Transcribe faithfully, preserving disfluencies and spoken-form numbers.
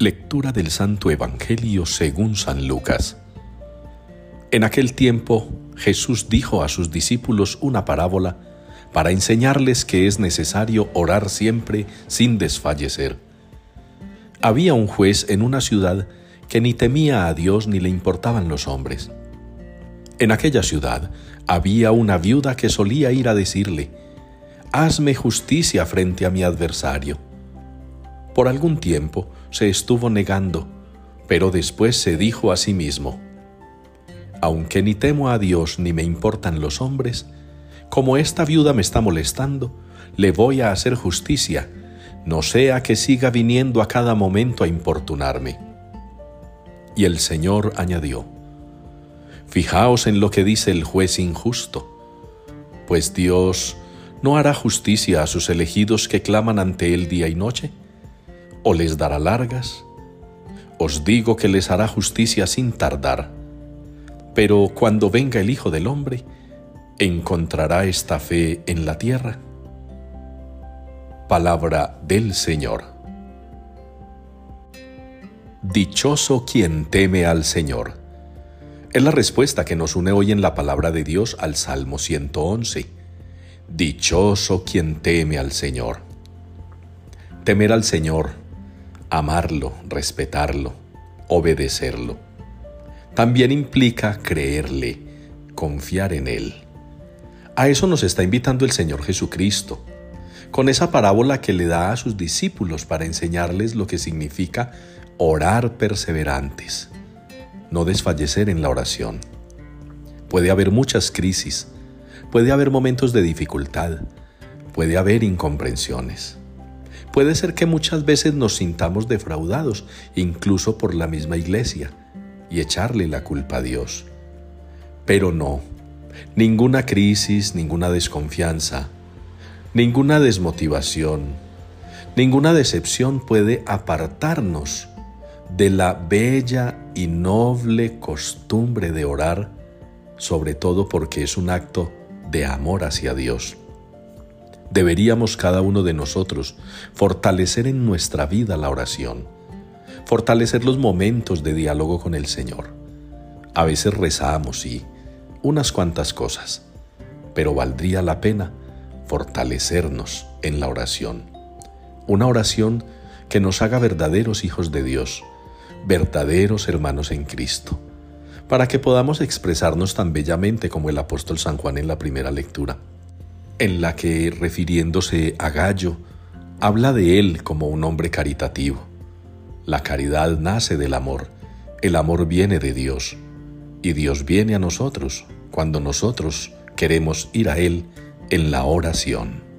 Lectura del Santo Evangelio según San Lucas. En aquel tiempo, Jesús dijo a sus discípulos una parábola para enseñarles que es necesario orar siempre sin desfallecer. Había un juez en una ciudad que ni temía a Dios ni le importaban los hombres. En aquella ciudad había una viuda que solía ir a decirle: «Hazme justicia frente a mi adversario». Por algún tiempo se estuvo negando, pero después se dijo a sí mismo: «Aunque ni temo a Dios ni me importan los hombres, como esta viuda me está molestando, le voy a hacer justicia, no sea que siga viniendo a cada momento a importunarme». Y el Señor añadió: «Fijaos en lo que dice el juez injusto, pues Dios ¿no hará justicia a sus elegidos que claman ante Él día y noche? ¿O les dará largas? Os digo que les hará justicia sin tardar. Pero cuando venga el Hijo del Hombre, ¿encontrará esta fe en la tierra?». Palabra del Señor. Dichoso quien teme al Señor. Es la respuesta que nos une hoy en la palabra de Dios al Salmo ciento once. Dichoso quien teme al Señor. Temer al Señor, amarlo, respetarlo, obedecerlo, también implica creerle, confiar en Él. A eso nos está invitando el Señor Jesucristo, con esa parábola que le da a sus discípulos para enseñarles lo que significa orar perseverantes, no desfallecer en la oración. Puede haber muchas crisis, puede haber momentos de dificultad, puede haber incomprensiones. Puede ser que muchas veces nos sintamos defraudados, incluso por la misma iglesia, y echarle la culpa a Dios. Pero no, ninguna crisis, ninguna desconfianza, ninguna desmotivación, ninguna decepción puede apartarnos de la bella y noble costumbre de orar, sobre todo porque es un acto de amor hacia Dios. Deberíamos cada uno de nosotros fortalecer en nuestra vida la oración, fortalecer los momentos de diálogo con el Señor. A veces rezamos, sí, unas cuantas cosas, pero valdría la pena fortalecernos en la oración. Una oración que nos haga verdaderos hijos de Dios, verdaderos hermanos en Cristo, para que podamos expresarnos tan bellamente como el apóstol San Juan en la primera lectura, en la que, refiriéndose a Gallo, habla de él como un hombre caritativo. La caridad nace del amor, el amor viene de Dios, y Dios viene a nosotros cuando nosotros queremos ir a Él en la oración.